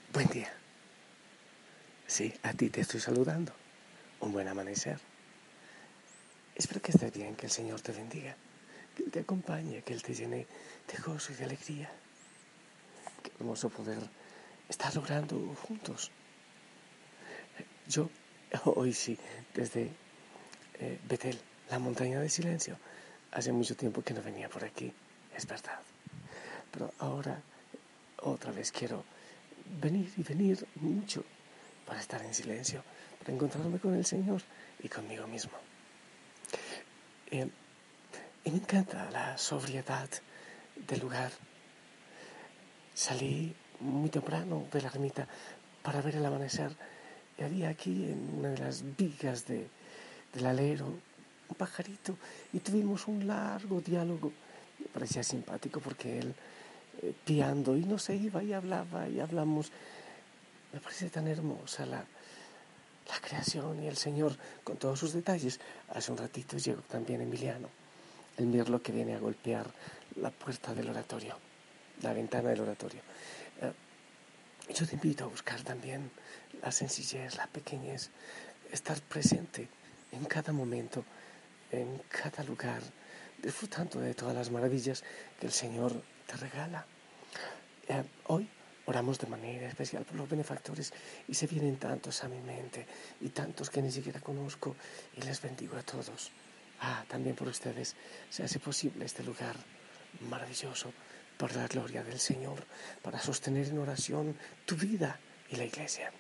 Buen día. Sí, a ti te estoy saludando. Un buen amanecer. Espero que estés bien, que el Señor te bendiga, que Él te acompañe, que Él te llene de gozo y de alegría. Qué hermoso poder estar logrando juntos. Yo, hoy sí, desde Betel, la montaña de silencio, hace mucho tiempo que no venía por aquí, es verdad. Pero ahora, otra vez quiero venir mucho para estar en silencio, para encontrarme con el Señor y conmigo mismo. Y me encanta la sobriedad del lugar. Salí muy temprano de la ermita para ver el amanecer y había aquí en una de las vigas del alero un pajarito y tuvimos un largo diálogo. Me parecía simpático porque él piando y no se iba y hablaba y hablamos. Me parece tan hermosa la creación y el Señor con todos sus detalles. Hace un ratito llegó también Emiliano, el mirlo que viene a golpear la puerta del oratorio, la ventana del oratorio. Yo te invito a buscar también la sencillez, la pequeñez, estar presente en cada momento, en cada lugar, disfrutando de todas las maravillas que el Señor te regala. Hoy oramos de manera especial por los benefactores y se vienen tantos a mi mente y tantos que ni siquiera conozco y les bendigo a todos. También por ustedes se hace posible este lugar maravilloso por la gloria del Señor, para sostener en oración tu vida y la iglesia.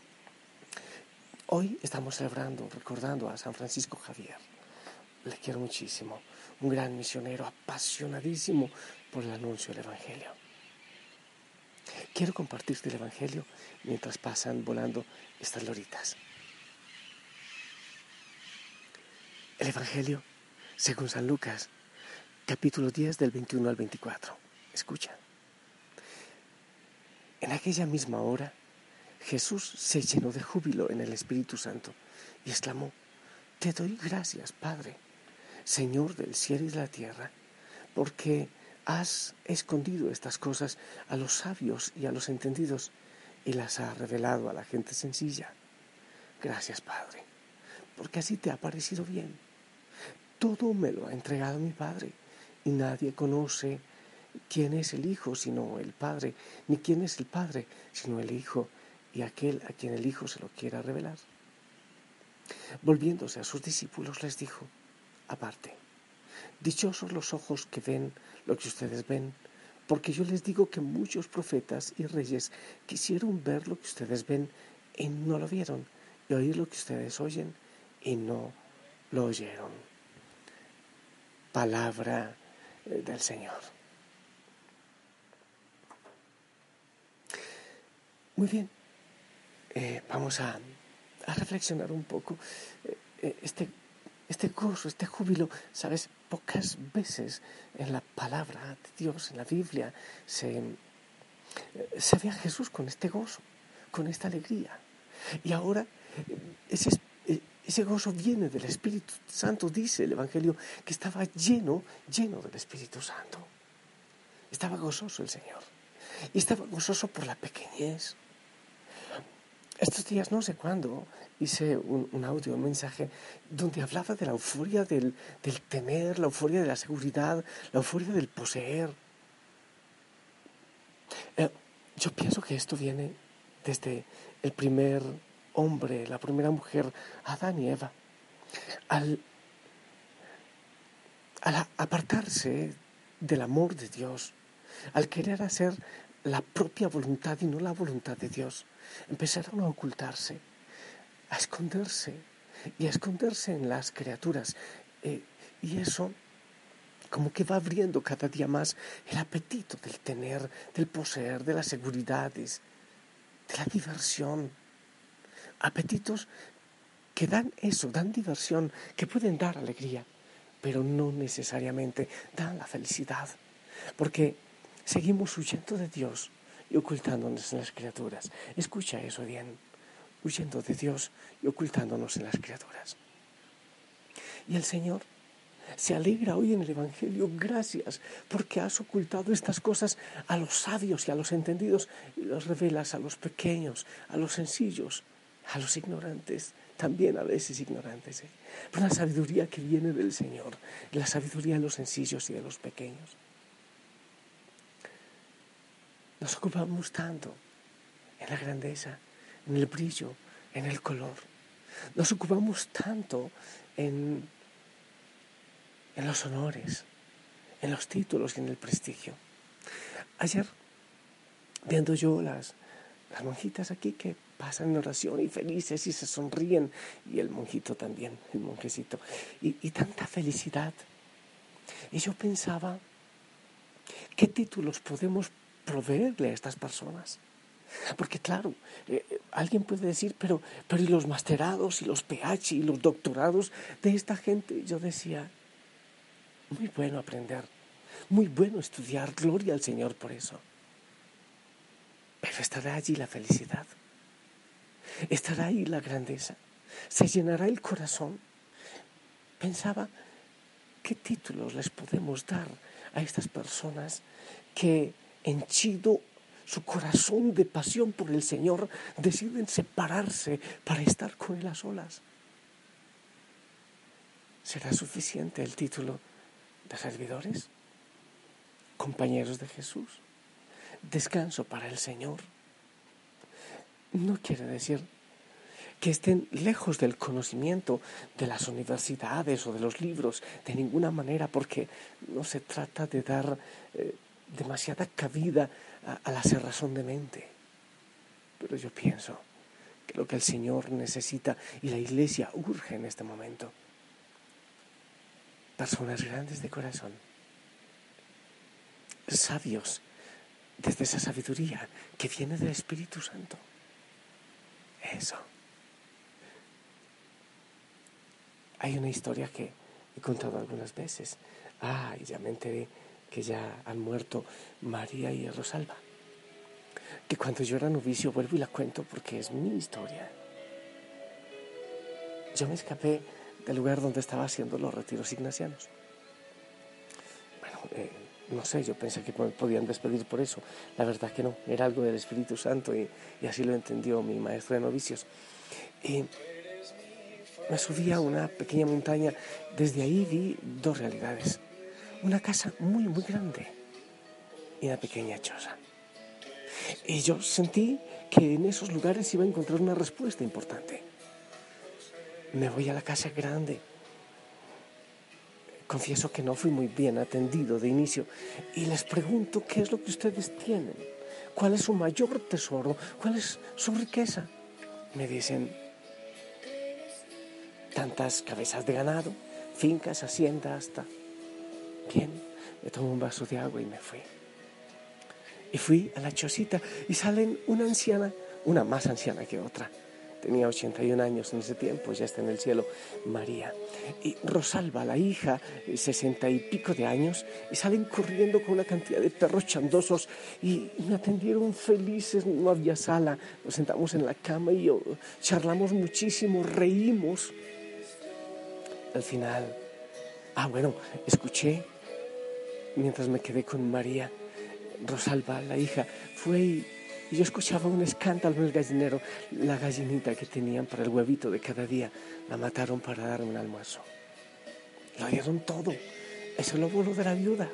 Hoy estamos recordando a San Francisco Javier. Le quiero muchísimo, un gran misionero apasionadísimo por el anuncio del Evangelio. Quiero compartirte el Evangelio mientras pasan volando estas loritas. El Evangelio, según San Lucas, capítulo 10 del 21 al 24. Escucha. En aquella misma hora, Jesús se llenó de júbilo en el Espíritu Santo y exclamó: Te doy gracias, Padre, Señor del cielo y de la tierra, porque has escondido estas cosas a los sabios y a los entendidos y las has revelado a la gente sencilla. Gracias, Padre, porque así te ha parecido bien. Todo me lo ha entregado mi Padre, y nadie conoce quién es el Hijo sino el Padre, ni quién es el Padre sino el Hijo, y aquel a quien el Hijo se lo quiera revelar. Volviéndose a sus discípulos les dijo, aparte: Dichosos los ojos que ven lo que ustedes ven, porque yo les digo que muchos profetas y reyes quisieron ver lo que ustedes ven y no lo vieron, y oír lo que ustedes oyen y no lo oyeron. Palabra del Señor. Muy bien, vamos a reflexionar un poco. Este gozo, este júbilo, ¿sabes? Pocas veces en la palabra de Dios, en la Biblia, se ve a Jesús con este gozo, con esta alegría. Y ahora ese gozo viene del Espíritu Santo. Dice el Evangelio que estaba lleno del Espíritu Santo. Estaba gozoso el Señor. Y estaba gozoso por la pequeñez. Estos días, no sé cuándo, hice un audio, un mensaje, donde hablaba de la euforia del tener, la euforia de la seguridad, la euforia del poseer. Yo pienso que esto viene desde el primer hombre, la primera mujer, Adán y Eva. Al apartarse del amor de Dios, al querer hacer la propia voluntad y no la voluntad de Dios, empezaron a ocultarse, a esconderse en las criaturas. Y eso como que va abriendo cada día más el apetito del tener, del poseer, de las seguridades, de la diversión. Apetitos que dan eso, dan diversión, que pueden dar alegría, pero no necesariamente dan la felicidad, porque seguimos huyendo de Dios y ocultándonos en las criaturas. Escucha eso bien, huyendo de Dios y ocultándonos en las criaturas. Y el Señor se alegra hoy en el Evangelio. Gracias, porque has ocultado estas cosas a los sabios y a los entendidos y las revelas a los pequeños, a los sencillos, a los ignorantes, también a veces ignorantes. Pero la sabiduría que viene del Señor, la sabiduría de los sencillos y de los pequeños. Nos ocupamos tanto en la grandeza, en el brillo, en el color. Nos ocupamos tanto en los honores, en los títulos y en el prestigio. Ayer, viendo yo las monjitas aquí que pasan en oración y felices y se sonríen, y el monjito también, el monjecito, y tanta felicidad. Y yo pensaba, ¿qué títulos podemos proveerle a estas personas? Porque claro, alguien puede decir, pero ¿y los masterados y los PH y los doctorados de esta gente? Yo decía, muy bueno aprender, muy bueno estudiar, gloria al Señor por eso. Pero estará allí la felicidad, estará ahí la grandeza, se llenará el corazón. Pensaba, ¿qué títulos les podemos dar a estas personas que, henchido su corazón de pasión por el Señor, deciden separarse para estar con Él a solas? ¿Será suficiente el título de servidores? ¿Compañeros de Jesús? ¿Descanso para el Señor? No quiere decir que estén lejos del conocimiento de las universidades o de los libros, de ninguna manera, porque no se trata de dar demasiada cabida a la cerrazón de mente. Pero yo pienso que lo que el Señor necesita y la Iglesia urge en este momento, personas grandes de corazón, sabios desde esa sabiduría que viene del Espíritu Santo. Eso. Hay una historia que he contado algunas veces. Y ya me enteré que ya han muerto María y Rosalba. Que cuando yo era novicio, vuelvo y la cuento porque es mi historia. Yo me escapé del lugar donde estaba haciendo los retiros ignacianos. Bueno, no sé, yo pensé que me podían despedir por eso. La verdad que no, era algo del Espíritu Santo y así lo entendió mi maestro de novicios. Y me subí a una pequeña montaña. Desde ahí vi dos realidades. Una casa muy, muy grande y una pequeña choza. Y yo sentí que en esos lugares iba a encontrar una respuesta importante. Me voy a la casa grande. Confieso que no fui muy bien atendido de inicio y les pregunto qué es lo que ustedes tienen, cuál es su mayor tesoro, cuál es su riqueza. Me dicen, tantas cabezas de ganado, fincas, haciendas, hasta. Bien, me tomo un vaso de agua y me fui. Y fui a la chocita y salen una anciana, una más anciana que otra. Tenía 81 años en ese tiempo, ya está en el cielo, María. Y Rosalba, la hija, 60 y pico de años, y salen corriendo con una cantidad de perros chandosos y me atendieron felices, no había sala, nos sentamos en la cama y charlamos muchísimo, reímos. Al final, escuché, mientras me quedé con María, Rosalba, la hija, fue y yo escuchaba un escándalo en el gallinero. La gallinita que tenían para el huevito de cada día, la mataron para darme un almuerzo. Lo dieron todo. Eso es lo bueno de la viuda.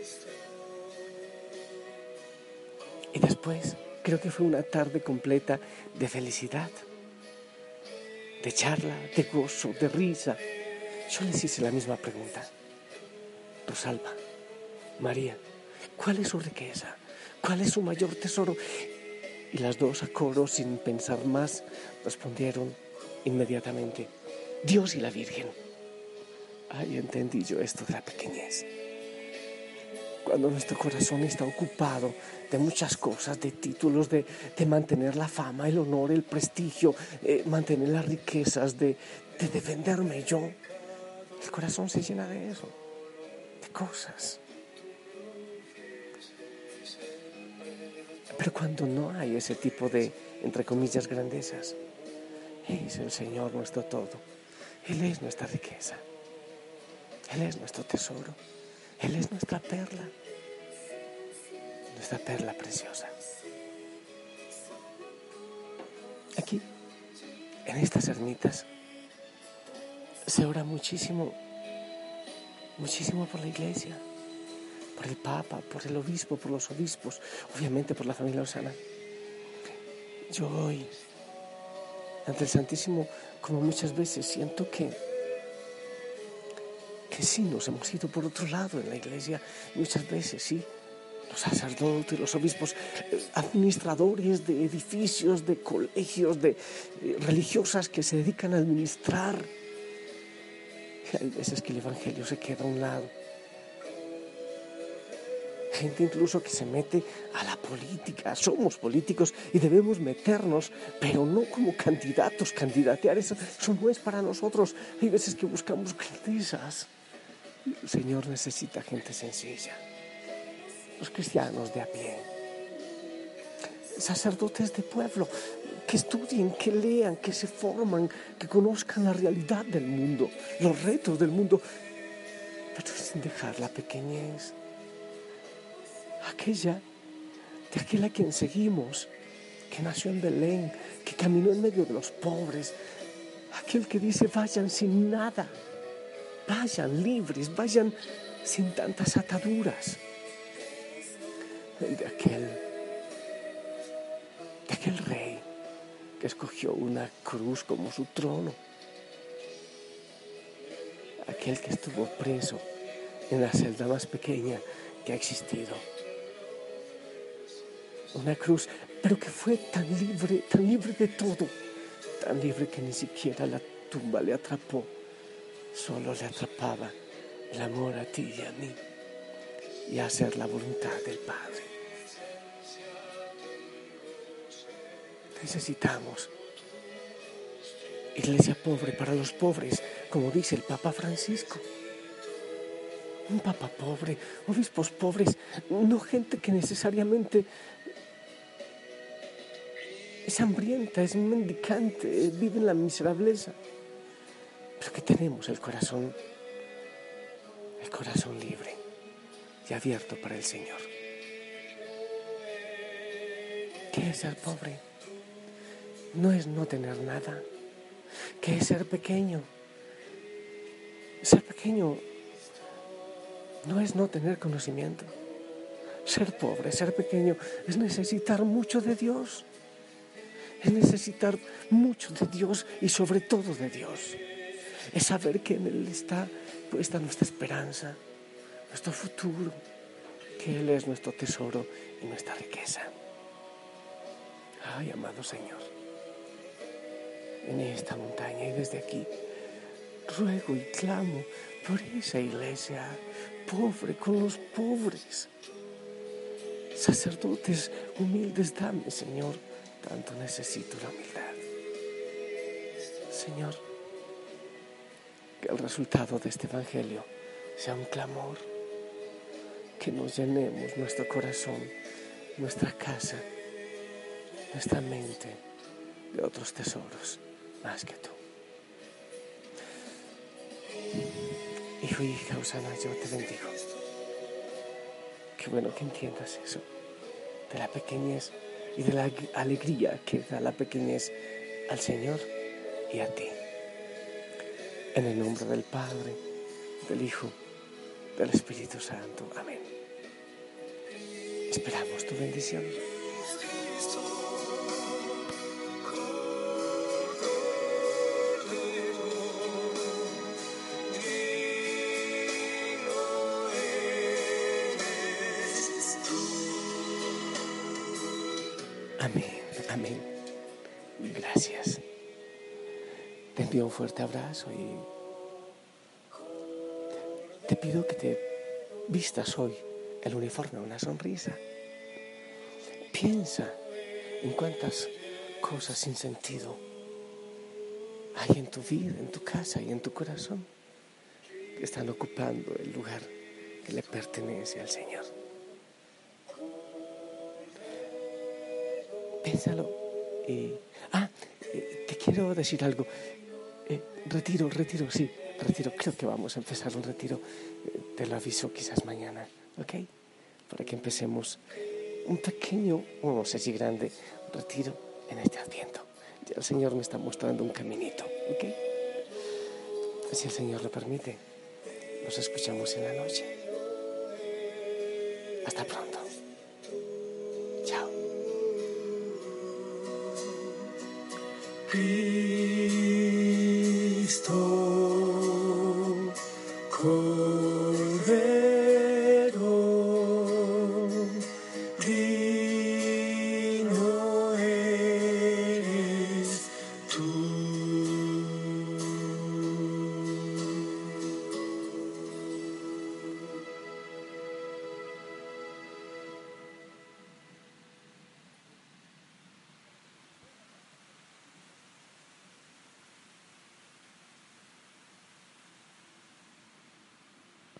Y después, creo que fue una tarde completa de felicidad, de charla, de gozo, de risa. Yo les hice la misma pregunta. Rosalba, María, ¿cuál es su riqueza? ¿Cuál es su mayor tesoro? Y las dos a coro, sin pensar más, respondieron inmediatamente, Dios y la Virgen. Entendí yo esto de la pequeñez. Cuando nuestro corazón está ocupado de muchas cosas, de títulos, de mantener la fama, el honor, el prestigio, mantener las riquezas, de defenderme yo, el corazón se llena de eso, de cosas. Pero cuando no hay ese tipo de, entre comillas, grandezas, es el Señor nuestro todo. Él es nuestra riqueza. Él es nuestro tesoro. Él es nuestra perla preciosa. Aquí, en estas ermitas, se ora muchísimo por la iglesia, por el Papa, por el obispo, por los obispos, obviamente por la familia Osana. Yo hoy, ante el Santísimo, como muchas veces siento que sí, nos hemos ido por otro lado en la iglesia, muchas veces, sí. Los sacerdotes, los obispos, administradores de edificios, de colegios, de religiosas que se dedican a administrar. Hay veces que el Evangelio se queda a un lado. Gente incluso que se mete a la política. Somos políticos y debemos meternos, pero no como candidatos. Candidatear, eso no es para nosotros. Hay veces que buscamos grandezas. El Señor necesita gente sencilla. Los cristianos de a pie. Sacerdotes de pueblo que estudien, que lean, que se forman, que conozcan la realidad del mundo, los retos del mundo, pero sin dejar la pequeñez. De aquel a quien seguimos, que nació en Belén, que caminó en medio de los pobres, aquel que dice vayan sin nada, vayan libres, vayan sin tantas ataduras. De aquel rey que escogió una cruz como su trono, aquel que estuvo preso en la celda más pequeña que ha existido. Una cruz, pero que fue tan libre de todo, tan libre que ni siquiera la tumba le atrapó, solo le atrapaba el amor a ti y a mí y a hacer la voluntad del Padre. Necesitamos iglesia pobre para los pobres, como dice el Papa Francisco. Un Papa pobre, obispos pobres, no gente que necesariamente es hambrienta, es mendicante, vive en la miserableza, pero que tenemos el corazón libre y abierto para el Señor. ¿Qué es ser pobre? No es no tener nada. ¿Qué es ser pequeño? Ser pequeño no es no tener conocimiento. Ser pobre, ser pequeño, es necesitar mucho de Dios. Es necesitar mucho de Dios y sobre todo de Dios. Es saber que en Él está puesta nuestra esperanza, nuestro futuro, que Él es nuestro tesoro y nuestra riqueza. Ay, amado Señor, en esta montaña y desde aquí, ruego y clamo por esa iglesia pobre con los pobres. Sacerdotes humildes, dame, Señor, tanto necesito la humildad. Señor, que el resultado de este Evangelio sea un clamor, que nos llenemos nuestro corazón, nuestra casa, nuestra mente de otros tesoros más que tú. Hijo y hija Osana, yo te bendigo. Qué bueno que entiendas eso, de la pequeñez y de la alegría que da la pequeñez al Señor y a ti. En el nombre del Padre, del Hijo, del Espíritu Santo. Amén. Esperamos tu bendición. Amén. Gracias. Te envío un fuerte abrazo y te pido que te vistas hoy el uniforme, una sonrisa. Piensa en cuántas cosas sin sentido hay en tu vida, en tu casa y en tu corazón que están ocupando el lugar que le pertenece al Señor. Piénsalo. Te quiero decir algo. Retiro, sí. retiro. Creo que vamos a empezar un retiro. Te lo aviso quizás mañana, ¿ok? Para que empecemos un pequeño, no sé si grande, retiro en este Adviento. Ya el Señor me está mostrando un caminito, ¿ok? Si el Señor lo permite, nos escuchamos en la noche. Hasta pronto. Chao. Cristo,